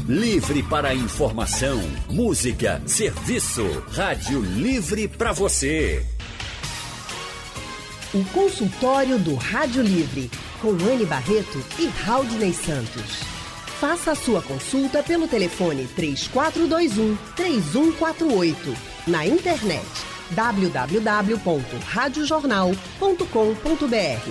Livre para informação, música, serviço. Rádio Livre para você. O consultório do Rádio Livre, com Anne Barreto e Raudney Santos. Faça a sua consulta pelo telefone 3421-3148. Na internet www.radiojornal.com.br.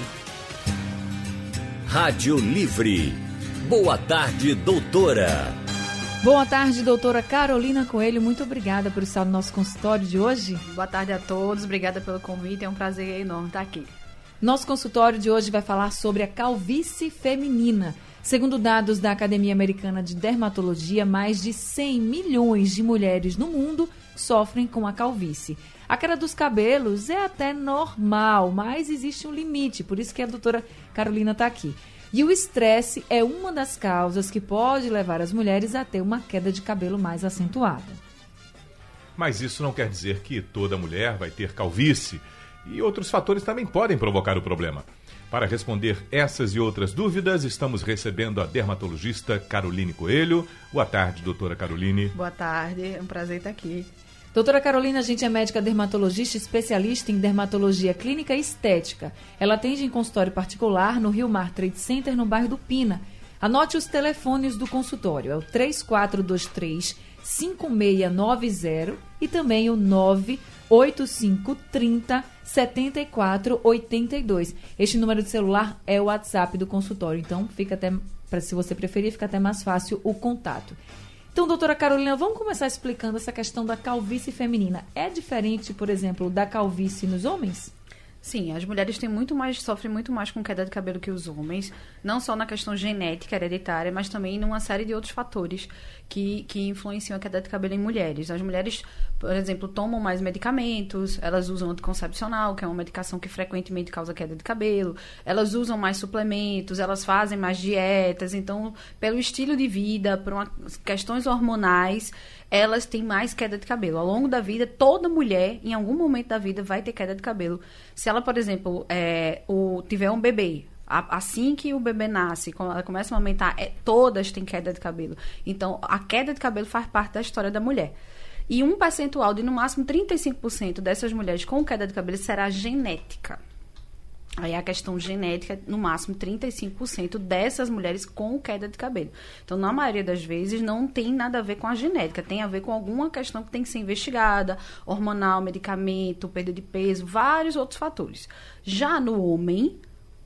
Rádio Livre. Boa tarde, doutora. Boa tarde, doutora Carolina Coelho. Muito obrigada por estar no nosso consultório de hoje. Boa tarde a todos. Obrigada pelo convite. É um prazer enorme estar aqui. Nosso consultório de hoje vai falar sobre a calvície feminina. Segundo dados da Academia Americana de Dermatologia, mais de 100 milhões de mulheres no mundo sofrem com a calvície. A queda dos cabelos é até normal, mas existe um limite, por isso que a doutora Carolina está aqui. E o estresse é uma das causas que pode levar as mulheres a ter uma queda de cabelo mais acentuada. Mas isso não quer dizer que toda mulher vai ter calvície, e outros fatores também podem provocar o problema. Para responder essas e outras dúvidas, estamos recebendo a dermatologista Caroline Coelho. Boa tarde, doutora Caroline. Boa tarde, é um prazer estar aqui. Doutora Carolina, a gente é médica dermatologista especialista em dermatologia clínica e estética. Ela atende em consultório particular no Rio Mar Trade Center, no bairro do Pina. Anote os telefones do consultório, é o 3423-5690 e também o 98530-7482. Este número de celular é o WhatsApp do consultório, então fica até, se você preferir, fica até mais fácil o contato. Então, doutora Carolina, vamos começar explicando essa questão da calvície feminina. É diferente, por exemplo, da calvície nos homens? Sim, as mulheres sofrem muito mais com queda de cabelo que os homens, não só na questão genética, hereditária, mas também numa série de outros fatores que influenciam a queda de cabelo em mulheres. As mulheres, por exemplo, tomam mais medicamentos, elas usam anticoncepcional, que é uma medicação que frequentemente causa queda de cabelo, elas usam mais suplementos, elas fazem mais dietas, então, pelo estilo de vida, por questões hormonais, elas têm mais queda de cabelo. Ao longo da vida, toda mulher, em algum momento da vida, vai ter queda de cabelo. Se ela, por exemplo, tiver um bebê, assim que o bebê nasce, quando ela começa a aumentar, todas têm queda de cabelo. Então, a queda de cabelo faz parte da história da mulher. E um percentual de, no máximo, 35% dessas mulheres com queda de cabelo será genética. Aí a questão genética, no máximo 35% dessas mulheres com queda de cabelo. Então, na maioria das vezes, não tem nada a ver com a genética. Tem a ver com alguma questão que tem que ser investigada, hormonal, medicamento, perda de peso, vários outros fatores. Já no homem,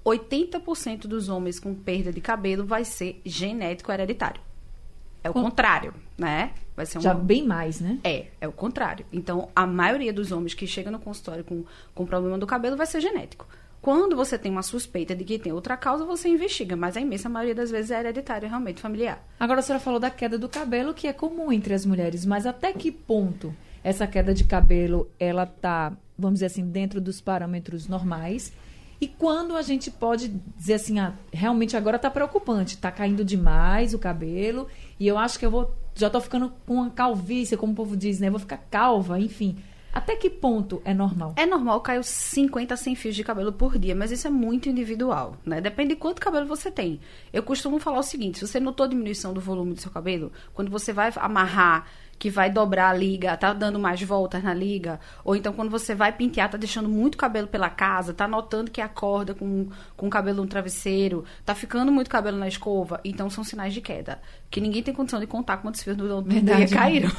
80% dos homens com perda de cabelo vai ser genético hereditário. É o contrário, né? Vai ser já bem mais, né? É o contrário. Então, a maioria dos homens que chegam no consultório com problema do cabelo vai ser genético. Quando você tem uma suspeita de que tem outra causa, você investiga, mas a imensa maioria das vezes é hereditário, realmente familiar. Agora, a senhora falou da queda do cabelo, que é comum entre as mulheres, mas até que ponto essa queda de cabelo, ela tá, vamos dizer assim, dentro dos parâmetros normais? E quando a gente pode dizer assim, realmente agora tá preocupante, tá caindo demais o cabelo, e eu acho que já tô ficando com uma calvície, como o povo diz, né? Vou ficar calva, enfim. Até que ponto é normal? É normal cair 50 a 100 fios de cabelo por dia, mas isso é muito individual, né? Depende de quanto cabelo você tem. Eu costumo falar o seguinte, se você notou diminuição do volume do seu cabelo, quando você vai amarrar, que vai dobrar a liga, tá dando mais voltas na liga, ou então quando você vai pentear, tá deixando muito cabelo pela casa, tá notando que acorda com o cabelo no travesseiro, tá ficando muito cabelo na escova, então são sinais de queda, que ninguém tem condição de contar quantos fios do dia caíram,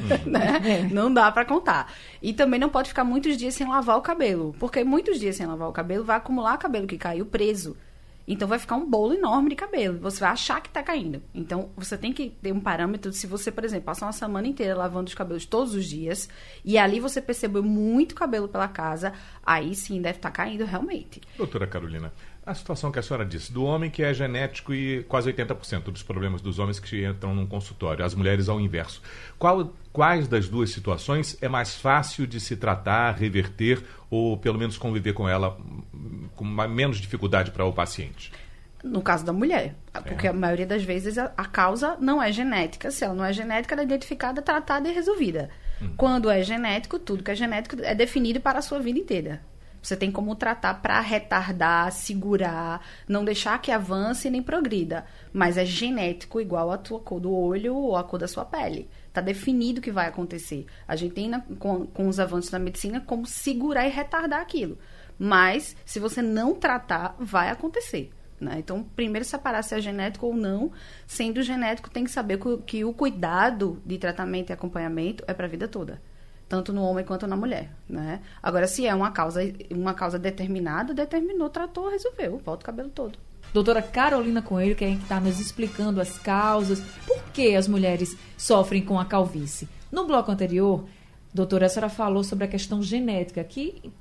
né? Não dá pra contar. E também não pode ficar muitos dias sem lavar o cabelo, porque muitos dias sem lavar o cabelo vai acumular cabelo que caiu preso. Então, vai ficar um bolo enorme de cabelo. Você vai achar que está caindo. Então, você tem que ter um parâmetro. Se você, por exemplo, passar uma semana inteira lavando os cabelos todos os dias, e ali você percebeu muito cabelo pela casa, aí sim deve estar caindo realmente. Doutora Carolina, a situação que a senhora disse, do homem que é genético e quase 80% dos problemas dos homens que entram num consultório, as mulheres ao inverso. Quais das duas situações é mais fácil de se tratar, reverter ou pelo menos conviver com ela com menos dificuldade para o paciente? No caso da mulher, porque a maioria das vezes a causa não é genética. Se ela não é genética, ela é identificada, tratada e resolvida. Quando é genético, tudo que é genético é definido para a sua vida inteira. Você tem como tratar para retardar, segurar, não deixar que avance nem progrida. Mas é genético igual a tua cor do olho ou a cor da sua pele. Está definido o que vai acontecer. A gente tem, com os avanços da medicina, como segurar e retardar aquilo. Mas, se você não tratar, vai acontecer. Né? Então, primeiro separar se é genético ou não. Sendo genético, tem que saber que o cuidado de tratamento e acompanhamento é para a vida toda. Tanto no homem quanto na mulher. Né? Agora, se é uma causa determinada, determinou, tratou, resolveu. Volta o cabelo todo. Doutora Carolina Coelho, que é quem está nos explicando as causas, por que as mulheres sofrem com a calvície. No bloco anterior, doutora, a senhora falou sobre a questão genética, que em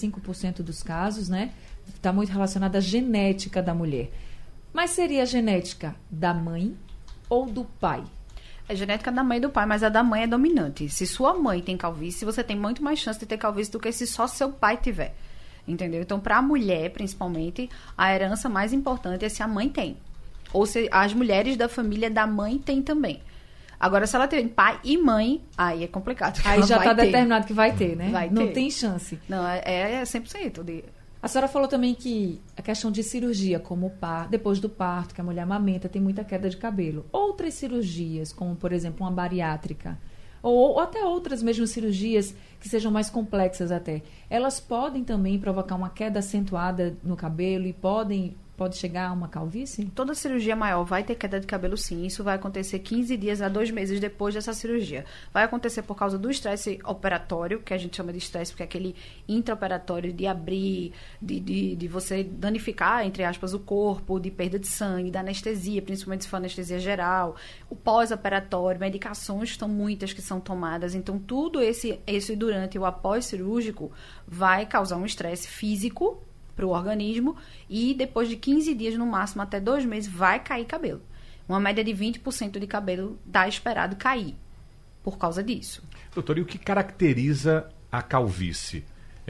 35% dos casos, né, está muito relacionada à genética da mulher. Mas seria a genética da mãe ou do pai? É genética da mãe e do pai, mas a da mãe é dominante. Se sua mãe tem calvície, você tem muito mais chance de ter calvície do que se só seu pai tiver. Entendeu? Então, para a mulher, principalmente, a herança mais importante é se a mãe tem. Ou se as mulheres da família da mãe têm também. Agora, se ela tem pai e mãe, aí é complicado. Aí já está determinado que vai ter, né? Vai ter. Não tem chance. Não, é 100%. A senhora falou também que a questão de cirurgia, como depois do parto, que a mulher amamenta, tem muita queda de cabelo. Outras cirurgias, como, por exemplo, uma bariátrica, ou até outras mesmo cirurgias que sejam mais complexas até, elas podem também provocar uma queda acentuada no cabelo e pode chegar a uma calvície? Toda cirurgia maior vai ter queda de cabelo, sim. Isso vai acontecer 15 dias a 2 meses depois dessa cirurgia. Vai acontecer por causa do estresse operatório, que a gente chama de estresse, porque é aquele intraoperatório de abrir, de você danificar, entre aspas, o corpo, de perda de sangue, da anestesia, principalmente se for anestesia geral. O pós-operatório, medicações, estão muitas que são tomadas. Então, tudo esse durante o após cirúrgico vai causar um estresse físico para o organismo e depois de 15 dias, no máximo até 2 meses, vai cair cabelo. Uma média de 20% de cabelo dá esperado cair por causa disso. Doutor, e o que caracteriza a calvície?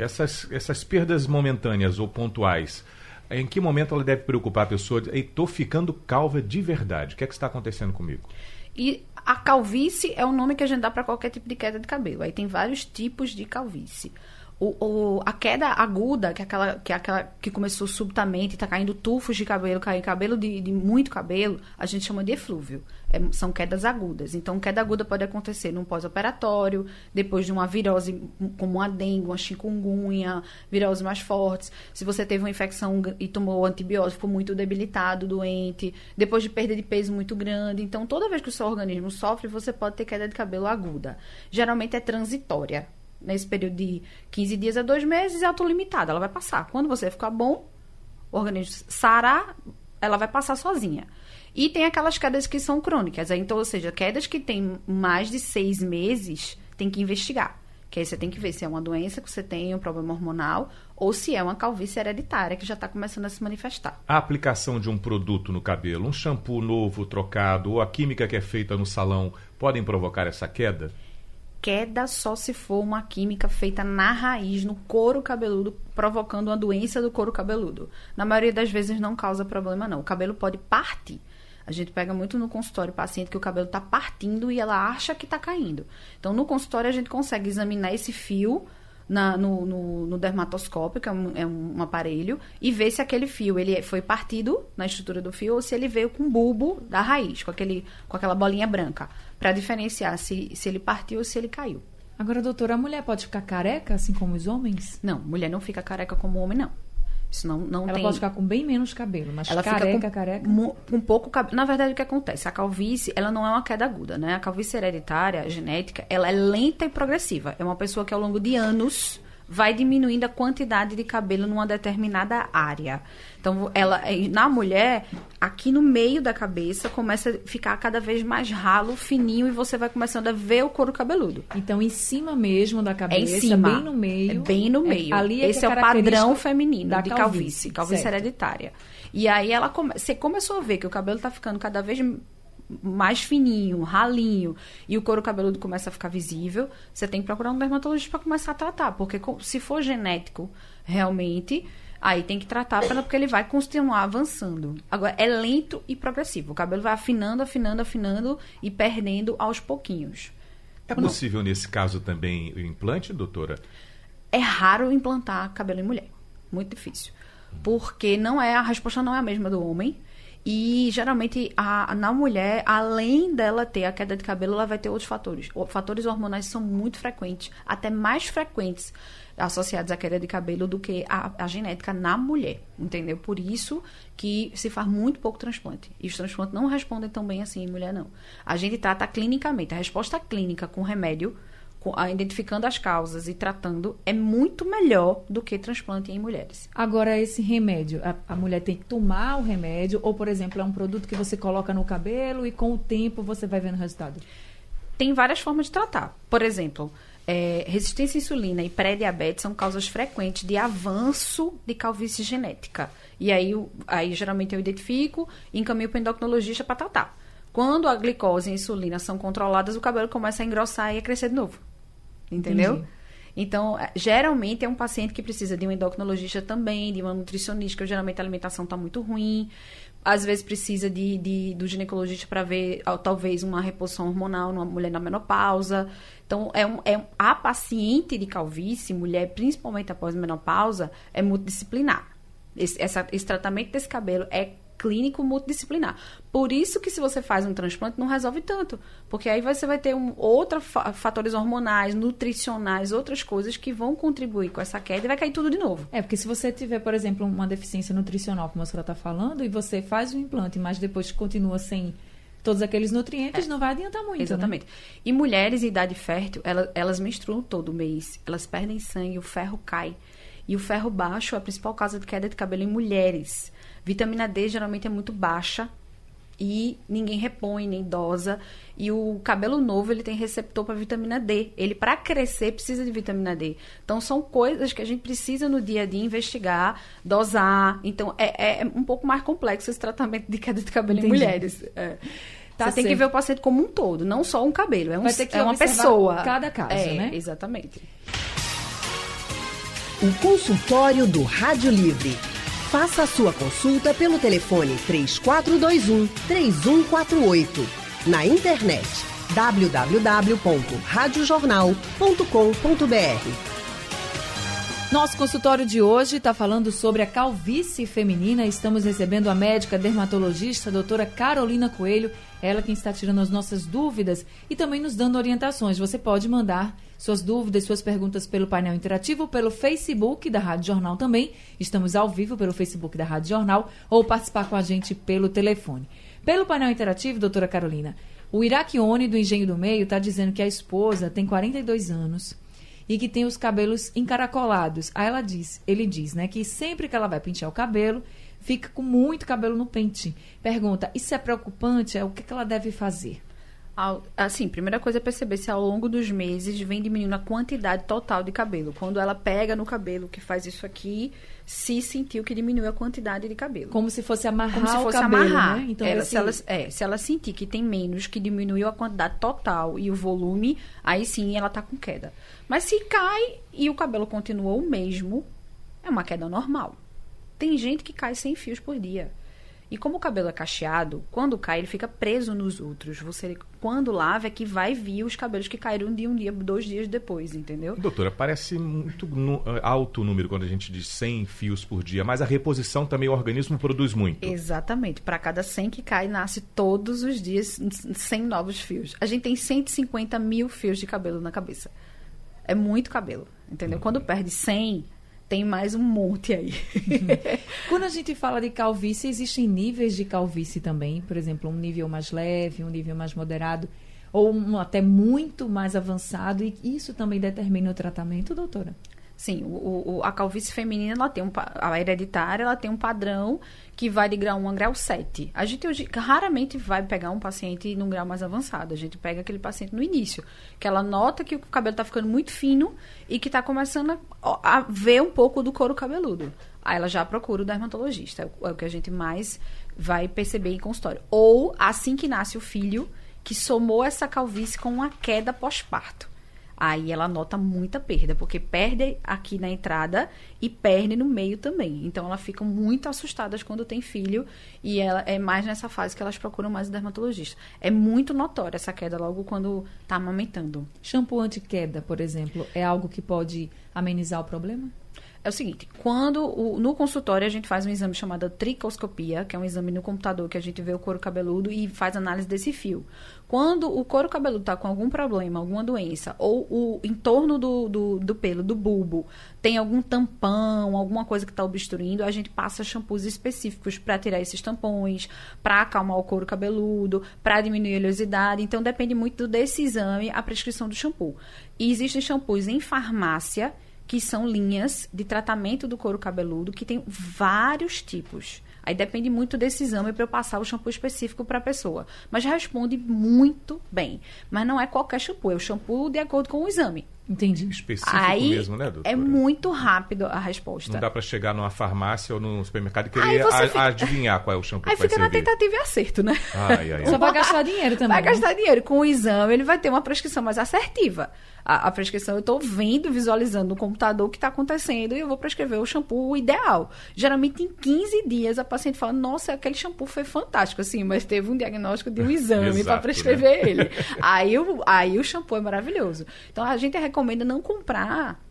Essas perdas momentâneas ou pontuais, em que momento ela deve preocupar a pessoa? Estou ficando calva de verdade. O que é que está acontecendo comigo? E a calvície é o nome que a gente dá para qualquer tipo de queda de cabelo. Aí tem vários tipos de calvície. A queda aguda, que é aquela que começou subitamente, está caindo tufos de cabelo, caindo cabelo de muito cabelo, a gente chama de eflúvio. São quedas agudas. Então, queda aguda pode acontecer num pós-operatório, depois de uma virose como uma dengue, uma chikungunya, viroses mais fortes. Se você teve uma infecção e tomou antibiótico, ficou muito debilitado, doente, depois de perda de peso muito grande. Então, toda vez que o seu organismo sofre, você pode ter queda de cabelo aguda. Geralmente é transitória. Nesse período de 15 dias a 2 meses, é autolimitada, ela vai passar. Quando você ficar bom, o organismo sarar, ela vai passar sozinha. E tem aquelas quedas que são crônicas. Então, ou seja, quedas que têm mais de 6 meses, tem que investigar. Que aí você tem que ver se é uma doença que você tem, um problema hormonal, ou se é uma calvície hereditária que já está começando a se manifestar. A aplicação de um produto no cabelo, um shampoo novo, trocado, ou a química que é feita no salão, podem provocar essa queda? Queda só se for uma química feita na raiz, no couro cabeludo, provocando uma doença do couro cabeludo. Na maioria das vezes não causa problema, não. O cabelo pode partir. A gente pega muito no consultório paciente que o cabelo está partindo e ela acha que está caindo. Então, no consultório, a gente consegue examinar esse fio no dermatoscópio, que é um aparelho, e ver se aquele fio ele foi partido na estrutura do fio ou se ele veio com o bulbo da raiz, com aquela bolinha branca, para diferenciar se ele partiu ou se ele caiu. Agora, doutora, a mulher pode ficar careca, assim como os homens? Não, mulher não fica careca como homem, não. Isso não ela tem... pode ficar com bem menos cabelo, mas ela careca. Fica com pouco cabelo. Na verdade, o que acontece? A calvície, ela não é uma queda aguda, né? A calvície hereditária, genética, ela é lenta e progressiva. É uma pessoa que ao longo de anos vai diminuindo a quantidade de cabelo numa determinada área. Então, na mulher, aqui no meio da cabeça, começa a ficar cada vez mais ralo, fininho, e você vai começando a ver o couro cabeludo. Então, em cima mesmo da cabeça, em cima, bem no meio. É bem no meio. Ali esse é o padrão feminino de calvície certo. hereditária. E aí, você começou a ver que o cabelo está ficando cada vez mais fininho, ralinho, e o couro cabeludo começa a ficar visível, você tem que procurar um dermatologista para começar a tratar, porque se for genético, realmente, aí tem que tratar porque ele vai continuar avançando. Agora, é lento e progressivo, o cabelo vai afinando e perdendo aos pouquinhos. É possível, nesse caso, também o implante, doutora? É raro implantar cabelo em mulher. Muito difícil. Porque a resposta não é a mesma do homem. E, geralmente, na mulher, além dela ter a queda de cabelo, ela vai ter outros fatores. Fatores hormonais são muito frequentes, até mais frequentes associados à queda de cabelo do que a genética na mulher, entendeu? Por isso que se faz muito pouco transplante. E os transplantes não respondem tão bem assim em mulher, não. A gente trata clinicamente. A resposta clínica com remédio, identificando as causas e tratando, é muito melhor do que transplante em mulheres. Agora, esse remédio, a mulher tem que tomar o remédio, ou, por exemplo, é um produto que você coloca no cabelo e com o tempo você vai vendo o resultado? Tem várias formas de tratar. Por exemplo, resistência à insulina e pré-diabetes são causas frequentes de avanço de calvície genética. E aí geralmente eu identifico e encaminho para o endocrinologista para tratar. Quando a glicose e a insulina são controladas, o cabelo começa a engrossar e a crescer de novo. Entendeu? Entendi. Então, geralmente é um paciente que precisa de um endocrinologista também, de uma nutricionista, porque geralmente a alimentação está muito ruim. Às vezes precisa do ginecologista para ver, talvez, uma reposição hormonal numa mulher na menopausa. Então, a paciente de calvície, mulher, principalmente após menopausa, é multidisciplinar. Esse tratamento desse cabelo é clínico multidisciplinar. Por isso que se você faz um transplante, não resolve tanto. Porque aí você vai ter outros fatores hormonais, nutricionais, outras coisas que vão contribuir com essa queda e vai cair tudo de novo. Porque se você tiver, por exemplo, uma deficiência nutricional, como a senhora está falando, e você faz o implante, mas depois continua sem todos aqueles nutrientes, não vai adiantar muito. Exatamente. Né? E mulheres em idade fértil, elas menstruam todo mês. Elas perdem sangue, o ferro cai. E o ferro baixo é a principal causa de queda de cabelo em mulheres. Vitamina D geralmente é muito baixa e ninguém repõe, nem dosa. E o cabelo novo, ele tem receptor para vitamina D. Ele, para crescer, precisa de vitamina D. Então, são coisas que a gente precisa no dia a dia investigar, dosar. Então, é um pouco mais complexo esse tratamento de queda de cabelo em mulheres. Você tem que ver o paciente como um todo, não só um cabelo. Vai ter que uma pessoa. Cada caso, né? Exatamente. O consultório do Rádio Livre. Faça a sua consulta pelo telefone 3421-3148. Na internet www.radiojornal.com.br. Nosso consultório de hoje está falando sobre a calvície feminina. Estamos recebendo a médica dermatologista, a doutora Carolina Coelho. Ela quem está tirando as nossas dúvidas e também nos dando orientações. Você pode mandar suas dúvidas, suas perguntas pelo painel interativo, pelo Facebook da Rádio Jornal também. Estamos ao vivo pelo Facebook da Rádio Jornal ou participar com a gente pelo telefone. Pelo painel interativo, doutora Carolina, o Iraquione do Engenho do Meio está dizendo que a esposa tem 42 anos e que tem os cabelos encaracolados. Aí ele diz, né, que sempre que ela vai pentear o cabelo, fica com muito cabelo no pente. Pergunta, isso é preocupante? O que ela deve fazer? Assim, primeira coisa é perceber se ao longo dos meses vem diminuindo a quantidade total de cabelo. Quando ela pega no cabelo que faz isso aqui, se sentiu que diminuiu a quantidade de cabelo. Como se fosse amarrar o cabelo, né? Então, se ela sentir que tem menos, que diminuiu a quantidade total e o volume, aí sim ela tá com queda. Mas se cai e o cabelo continua o mesmo, é uma queda normal. Tem gente que cai 100 fios por dia. E como o cabelo é cacheado, quando cai, ele fica preso nos outros. Você, quando lava, é que vai vir os cabelos que caíram de um dia, 2 dias depois, entendeu? Doutora, parece muito alto o número quando a gente diz 100 fios por dia, mas a reposição também o organismo produz muito. Exatamente. Para cada 100 que cai, nasce todos os dias 100 novos fios. A gente tem 150 mil fios de cabelo na cabeça. É muito cabelo, entendeu? Quando perde 100... tem mais um monte aí. Quando a gente fala de calvície, existem níveis de calvície também? Por exemplo, um nível mais leve, um nível mais moderado, ou um até muito mais avançado, e isso também determina o tratamento, doutora? Sim, a calvície feminina, a hereditária, ela tem um padrão que vai de grau 1 a grau 7. A gente hoje raramente vai pegar um paciente num grau mais avançado. A gente pega aquele paciente no início, que ela nota que o cabelo está ficando muito fino e que está começando a ver um pouco do couro cabeludo. Aí ela já procura o dermatologista. É o que a gente mais vai perceber em consultório. Ou assim que nasce o filho, que somou essa calvície com uma queda pós-parto. Aí ela nota muita perda, porque perde aqui na entrada e perde no meio também. Então, elas ficam muito assustadas quando tem filho e ela é mais nessa fase que elas procuram mais o dermatologista. É muito notória essa queda logo quando está amamentando. Shampoo anti-queda, por exemplo, é algo que pode amenizar o problema? É o seguinte, no consultório a gente faz um exame chamado tricoscopia, que é um exame no computador que a gente vê o couro cabeludo e faz análise desse fio. Quando o couro cabeludo está com algum problema, alguma doença, ou o entorno do pelo, do bulbo, tem algum tampão, alguma coisa que está obstruindo, a gente passa shampoos específicos para tirar esses tampões, para acalmar o couro cabeludo, para diminuir a oleosidade. Então, depende muito desse exame, a prescrição do shampoo. E existem shampoos em farmácia, que são linhas de tratamento do couro cabeludo, que tem vários tipos. Aí depende muito desse exame para eu passar o shampoo específico para a pessoa. Mas responde muito bem. Mas não é qualquer shampoo, é o shampoo de acordo com o exame. Entendi. Específico aí, mesmo, né, doutora? É muito rápido a resposta. Não dá para chegar numa farmácia ou num supermercado e querer adivinhar qual é o shampoo que vai servir. Aí fica na tentativa e acerto, né? Só vai gastar dinheiro também. Vai gastar dinheiro. Com o exame, ele vai ter uma prescrição mais assertiva. A prescrição, eu estou vendo, visualizando no computador o que está acontecendo e eu vou prescrever o shampoo ideal. Geralmente, em 15 dias, a paciente fala, nossa, aquele shampoo foi fantástico, assim, mas teve um diagnóstico de um exame para prescrever, né? Ele. Aí o shampoo é maravilhoso. Então, a gente recomenda não comprar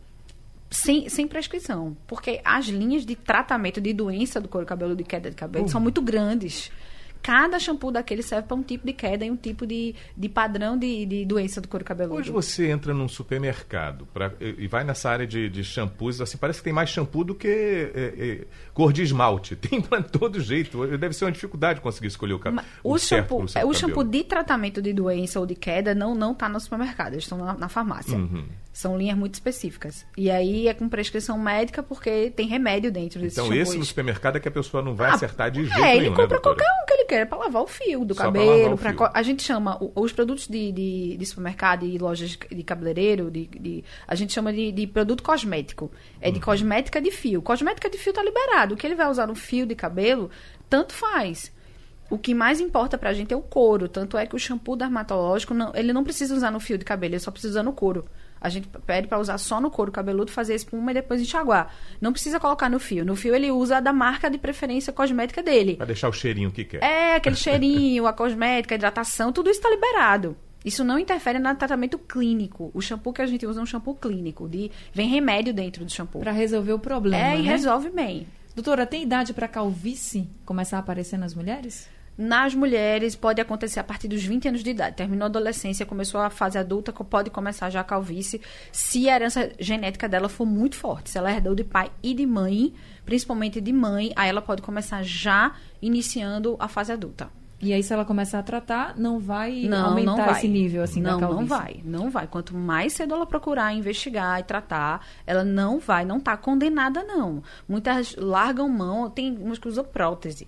sem prescrição, porque as linhas de tratamento de doença do couro cabeludo e queda de cabelo são muito grandes. Cada shampoo daquele serve para um tipo de queda e um tipo de padrão de doença do couro cabeludo. Hoje você entra num supermercado e vai nessa área de shampoos, assim, parece que tem mais shampoo do que cor de esmalte. Tem para todo jeito. Deve ser uma dificuldade conseguir escolher o certo pro seu cabelo. O shampoo de tratamento de doença ou de queda não está no supermercado, eles estão na farmácia. Uhum. São linhas muito específicas. E aí é com prescrição médica porque tem remédio dentro desses shampoos. Então esse no supermercado é que a pessoa não vai acertar de jeito nenhum, ele compra, né, qualquer um que ele quer para lavar o fio do cabelo. A gente chama os produtos de supermercado e lojas de cabeleireiro, a gente chama de produto cosmético. É de cosmética de fio. Cosmética de fio tá liberado. O que ele vai usar no fio de cabelo, tanto faz. O que mais importa pra gente é o couro. Tanto é que o shampoo dermatológico, ele não precisa usar no fio de cabelo, ele só precisa usar no couro. A gente pede para usar só no couro cabeludo, fazer espuma e depois enxaguar. Não precisa colocar no fio. No fio ele usa a da marca de preferência cosmética dele. Para deixar o cheirinho que quer. É, aquele cheirinho, a cosmética, a hidratação, tudo isso está liberado. Isso não interfere no tratamento clínico. O shampoo que a gente usa é um shampoo clínico. Vem remédio dentro do shampoo. Para resolver o problema, e resolve bem. Doutora, tem idade para calvície começar a aparecer nas mulheres? Nas mulheres, pode acontecer a partir dos 20 anos de idade. Terminou a adolescência, começou a fase adulta, pode começar já a calvície, se a herança genética dela for muito forte. Se ela herdou de pai e de mãe, principalmente de mãe, aí ela pode começar já iniciando a fase adulta. E aí, se ela começar a tratar, não vai aumentar esse nível assim da calvície? Não vai. Quanto mais cedo ela procurar, investigar e tratar, ela não está condenada, não. Muitas largam mão, tem umas que usam prótese.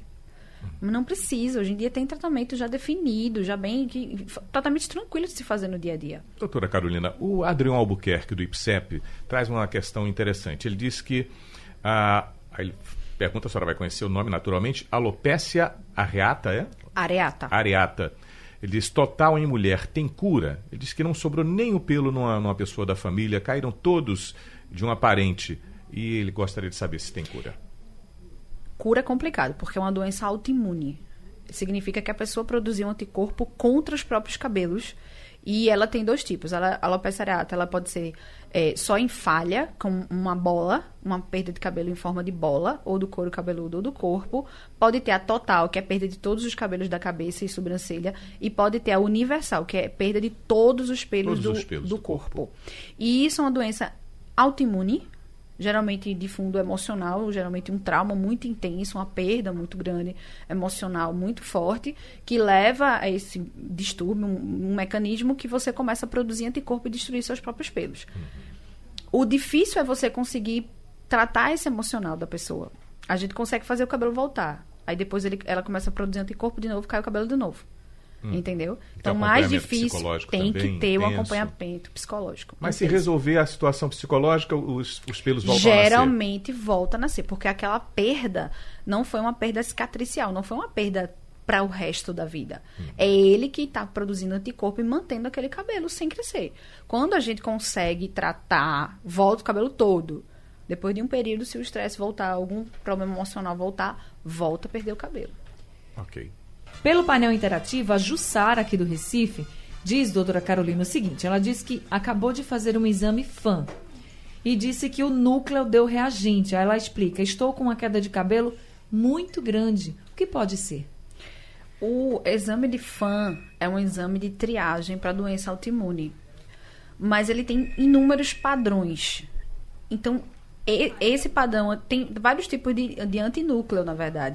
Não precisa. Hoje em dia tem tratamento já definido, já bem... tratamentos tranquilos de se fazer no dia a dia. Doutora Carolina, o Adriano Albuquerque, do IPSEP, traz uma questão interessante. Ele diz que... ele pergunta, a senhora vai conhecer o nome naturalmente, alopecia areata, é? Areata. Ele diz, total em mulher, tem cura? Ele diz que não sobrou nem o pelo numa pessoa da família, caíram todos de uma parente. E ele gostaria de saber se tem cura. Cura é complicado, porque é uma doença autoimune. Significa que a pessoa produziu um anticorpo contra os próprios cabelos. E ela tem dois tipos. A alopecia areata, ela pode ser só em falha, com uma bola, uma perda de cabelo em forma de bola, ou do couro cabeludo ou do corpo. Pode ter a total, que é a perda de todos os cabelos da cabeça e sobrancelha. E pode ter a universal, que é a perda de todos os pelos do corpo. E isso é uma doença autoimune, geralmente de fundo emocional, geralmente um trauma muito intenso, uma perda muito grande, emocional muito forte, que leva a esse distúrbio, um mecanismo que você começa a produzir anticorpo e destruir seus próprios pelos. O difícil é você conseguir tratar esse emocional da pessoa. A gente consegue fazer o cabelo voltar. Aí depois ela começa a produzir anticorpo de novo, cai o cabelo de novo. Entendeu? Então, mais difícil tem que ter um acompanhamento psicológico. Mas se resolver a situação psicológica, os pelos voltam geralmente volta a nascer, porque aquela perda não foi uma perda cicatricial, não foi uma perda para o resto da vida. É ele que está produzindo anticorpo e mantendo aquele cabelo sem crescer. Quando a gente consegue tratar, volta o cabelo todo. Depois de um período, se o estresse voltar, algum problema emocional voltar, volta a perder o cabelo. Ok. Pelo painel interativo, a Jussara, aqui do Recife, diz, doutora Carolina, o seguinte. Ela disse que acabou de fazer um exame FAM e disse que o núcleo deu reagente. Aí ela explica, estou com uma queda de cabelo muito grande. O que pode ser? O exame de FAM é um exame de triagem para doença autoimune. Mas ele tem inúmeros padrões. Então, esse padrão tem vários tipos de antinúcleo, na verdade.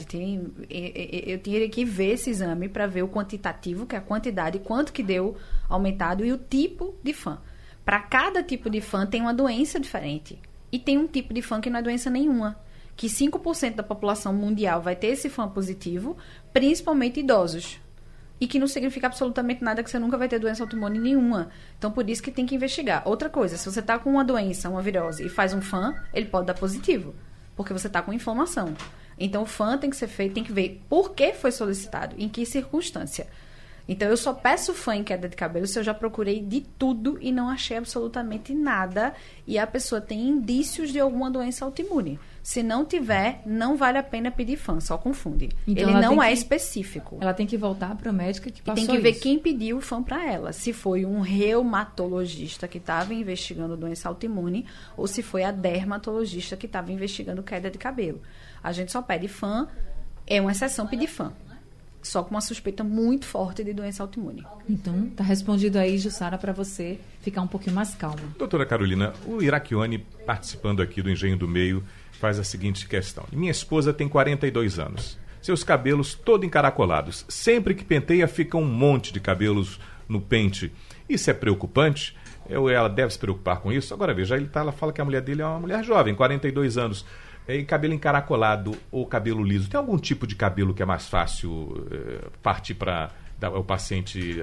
Eu teria que ver esse exame para ver o quantitativo, que é a quantidade, quanto que deu aumentado, e o tipo de FAM. Para cada tipo de FAM tem uma doença diferente. E tem um tipo de FAM que não é doença nenhuma. Que 5% da população mundial vai ter esse FAM positivo, principalmente idosos. E que não significa absolutamente nada, que você nunca vai ter doença autoimune nenhuma. Então, por isso que tem que investigar. Outra coisa, se você está com uma doença, uma virose, e faz um FAM, ele pode dar positivo, porque você está com inflamação. Então, o FAM tem que ser feito, tem que ver por que foi solicitado, em que circunstância. Então, eu só peço FAM em queda de cabelo se eu já procurei de tudo e não achei absolutamente nada, e a pessoa tem indícios de alguma doença autoimune. Se não tiver, não vale a pena pedir FAM, só confunde. Então, ele não é específico. Ela tem que voltar para a médica que passou isso. Tem que ver isso. quem pediu o FAM para ela. Se foi um reumatologista que estava investigando doença autoimune ou se foi a dermatologista que estava investigando queda de cabelo. A gente só pede FAM, é uma exceção pedir FAM. Só com uma suspeita muito forte de doença autoimune. Então, tá respondido aí, Jussara, para você ficar um pouquinho mais calma. Doutora Carolina, o Iraquione, participando aqui do Engenho do Meio, faz a seguinte questão. Minha esposa tem 42 anos. Seus cabelos todo encaracolados. Sempre que penteia, fica um monte de cabelos no pente. Isso é preocupante? Ela deve se preocupar com isso? Agora, veja, ela fala que a mulher dele é uma mulher jovem, 42 anos. E cabelo encaracolado ou cabelo liso, tem algum tipo de cabelo que é mais fácil partir para o paciente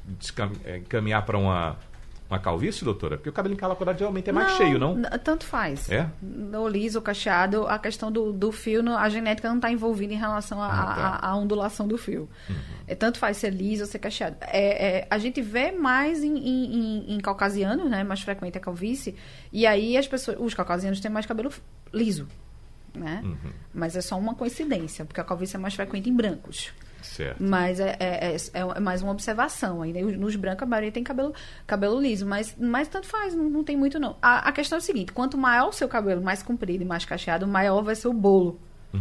encaminhar para uma calvície, doutora? Porque o cabelo encaracolado geralmente é mais cheio, não? Tanto faz. É? O liso, o cacheado, a questão do fio, a genética não está envolvida em relação à ondulação do fio. Uhum. Tanto faz ser liso ou ser cacheado. A gente vê mais em caucasianos, né? Mais frequente a calvície, e aí os caucasianos têm mais cabelo liso. Né? Uhum. Mas é só uma coincidência, porque a calvície é mais frequente em brancos. Certo. Mas é mais uma observação. Aí, né? Nos brancos, a maioria tem cabelo liso, mas tanto faz, não tem muito não. A questão é o seguinte, quanto maior o seu cabelo, mais comprido e mais cacheado, maior vai ser o bolo.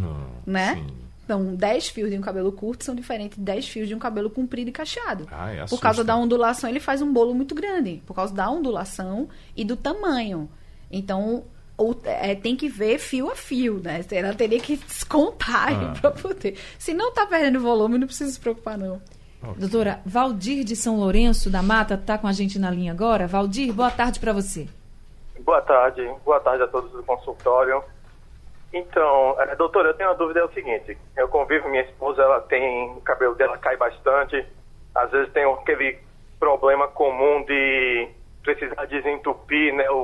Né? Sim. Então, 10 fios de um cabelo curto são diferentes de 10 fios de um cabelo comprido e cacheado. Por causa da ondulação, ele faz um bolo muito grande. Por causa da ondulação e do tamanho. Então, tem que ver fio a fio, né? Ela teria que descontar para poder. Se não está perdendo volume, não precisa se preocupar, não. Okay. Doutora, Valdir de São Lourenço da Mata está com a gente na linha agora. Valdir, boa tarde para você. Boa tarde a todos do consultório. Então, doutora, eu tenho uma dúvida, é o seguinte, eu convivo, minha esposa, o cabelo dela cai bastante, às vezes tem aquele problema comum de precisar desentupir, né,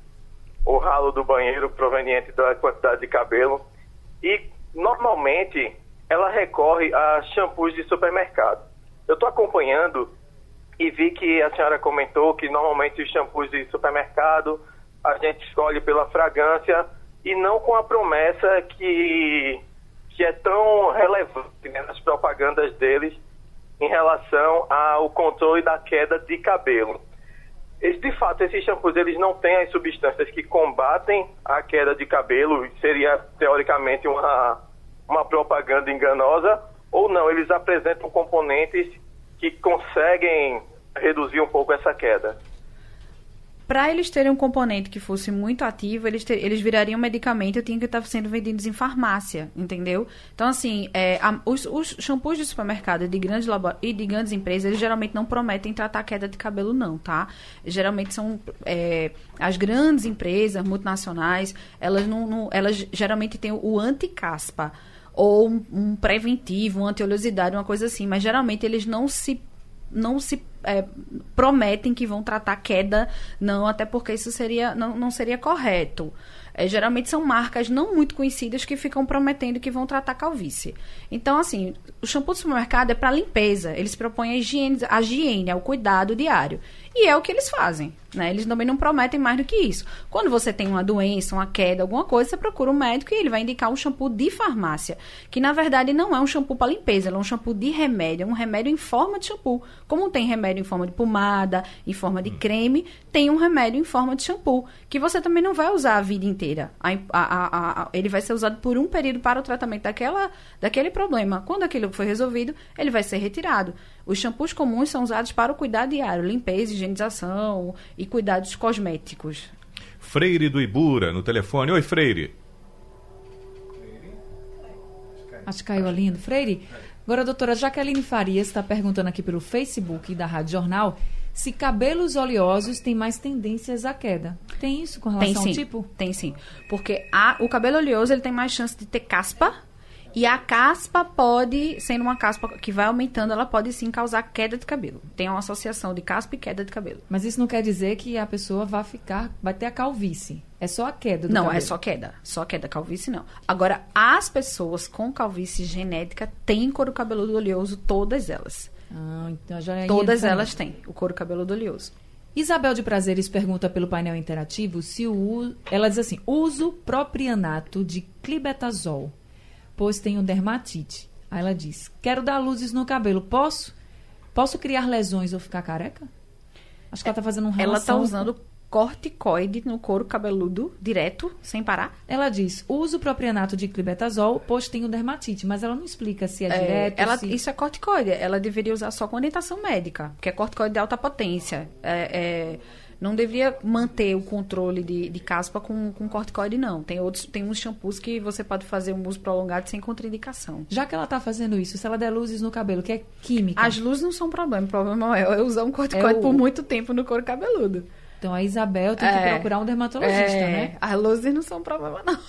o ralo do banheiro proveniente da quantidade de cabelo, e normalmente ela recorre a shampoos de supermercado. Eu estou acompanhando e vi que a senhora comentou que normalmente os shampoos de supermercado a gente escolhe pela fragrância e não com a promessa que é tão relevante, né, nas propagandas deles em relação ao controle da queda de cabelo. De fato, esses shampoos eles não têm as substâncias que combatem a queda de cabelo, seria teoricamente uma propaganda enganosa, ou não, eles apresentam componentes que conseguem reduzir um pouco essa queda. Para eles terem um componente que fosse muito ativo, eles virariam um medicamento e tinham que estar sendo vendidos em farmácia, entendeu? Então, assim, os shampoos de supermercado e de grandes empresas, eles geralmente não prometem tratar queda de cabelo, não, tá? Geralmente são as grandes empresas multinacionais, elas geralmente têm o anti-caspa, ou um preventivo, uma anti-oleosidade, uma coisa assim, mas geralmente eles não se prometem que vão tratar queda, não, até porque isso não seria correto. geralmente são marcas não muito conhecidas que ficam prometendo que vão tratar calvície. Então, assim, o shampoo do supermercado é para limpeza. Eles propõem a higiene, o cuidado diário. E é o que eles fazem, né? Eles também não prometem mais do que isso. Quando você tem uma doença, uma queda, alguma coisa, você procura um médico e ele vai indicar um shampoo de farmácia, que na verdade não é um shampoo para limpeza, ele é um shampoo de remédio, é um remédio em forma de shampoo. Como tem remédio em forma de pomada, em forma de creme, tem um remédio em forma de shampoo, que você também não vai usar a vida inteira. Ele vai ser usado por um período para o tratamento daquele problema. Quando aquilo foi resolvido, ele vai ser retirado. Os shampoos comuns são usados para o cuidado diário, limpeza, higienização e cuidados cosméticos. Freire do Ibura, no telefone. Oi, Freire. Acho que caiu a linha do Freire. Agora, a doutora Jaqueline Farias está perguntando aqui pelo Facebook da Rádio Jornal se cabelos oleosos têm mais tendências à queda. Tem isso com relação ao tipo? Tem sim. Porque o cabelo oleoso ele tem mais chance de ter caspa. E a caspa pode, sendo uma caspa que vai aumentando, ela pode sim causar queda de cabelo. Tem uma associação de caspa e queda de cabelo. Mas isso não quer dizer que a pessoa vai ter a calvície. É só a queda do cabelo. Não, é só queda. Só queda, calvície não. Agora, as pessoas com calvície genética têm couro cabeludo oleoso, todas elas. Então já todas elas têm o couro cabeludo oleoso. Isabel de Prazeres pergunta pelo painel interativo se ela diz assim, uso propianato de clebetazol, pois tenho dermatite. Aí ela diz, quero dar luzes no cabelo, posso criar lesões ou ficar careca? Acho que ela está fazendo um relação... Ela está usando corticoide no couro cabeludo, direto, sem parar? Ela diz, uso propianato de clebetazol, pois tenho dermatite, mas ela não explica se é direto, Isso é corticoide, ela deveria usar só com orientação médica, porque é corticoide de alta potência. Não deveria manter o controle de caspa com corticoide, não. Tem uns shampoos que você pode fazer um uso prolongado sem contraindicação. Já que ela está fazendo isso, se ela der luzes no cabelo, que é química... As luzes não são problema. O problema é usar um corticoide por muito tempo no couro cabeludo. Então, a Isabel tem que procurar um dermatologista, né? As luzes não são problema, não.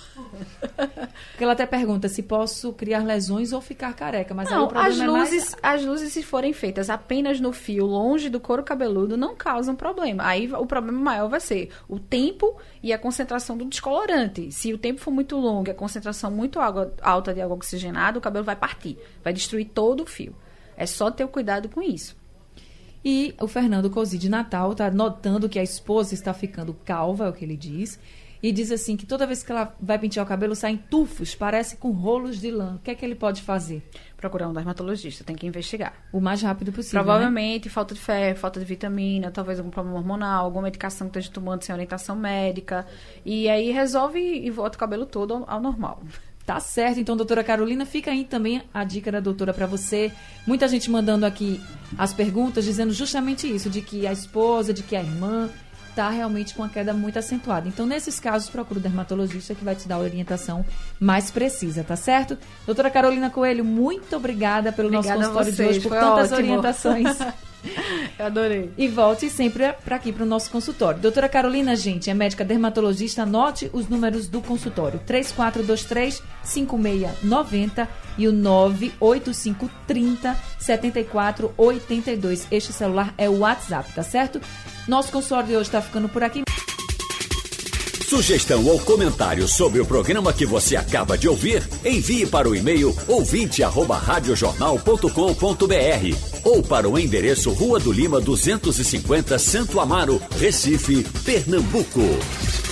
Porque ela até pergunta se posso criar lesões ou ficar careca, mas não, aí o problema as luzes, se forem feitas apenas no fio, longe do couro cabeludo, não causam problema. Aí, o problema maior vai ser o tempo e a concentração do descolorante. Se o tempo for muito longo e a concentração muito alta de água oxigenada, o cabelo vai partir, vai destruir todo o fio. É só ter cuidado com isso. E o Fernando Cosi de Natal está notando que a esposa está ficando calva, é o que ele diz. E diz assim que toda vez que ela vai pentear o cabelo, saem tufos, parece com rolos de lã. O que é que ele pode fazer? Procurar um dermatologista, tem que investigar. O mais rápido possível, provavelmente, né? Falta de ferro, falta de vitamina, talvez algum problema hormonal, alguma medicação que esteja tomando sem orientação médica. E aí resolve e volta o cabelo todo ao normal. Tá certo, então, doutora Carolina, fica aí também a dica da doutora para você. Muita gente mandando aqui as perguntas, dizendo justamente isso, de que a esposa, de que a irmã está realmente com a queda muito acentuada. Então, nesses casos, procura o dermatologista que vai te dar a orientação mais precisa, tá certo? Doutora Carolina Coelho, muito obrigada pelo nosso consultório de hoje, por tantas orientações. Eu adorei. E volte sempre para aqui para o nosso consultório. Doutora Carolina, gente, é médica dermatologista. Anote os números do consultório: 3423-5690 e o 98530-7482. Este celular é o WhatsApp, tá certo? Nosso consultório de hoje está ficando por aqui. Sugestão ou comentário sobre o programa que você acaba de ouvir, envie para o e-mail ouvinte@radiojornal.com.br ou para o endereço Rua do Lima 250, Santo Amaro, Recife, Pernambuco.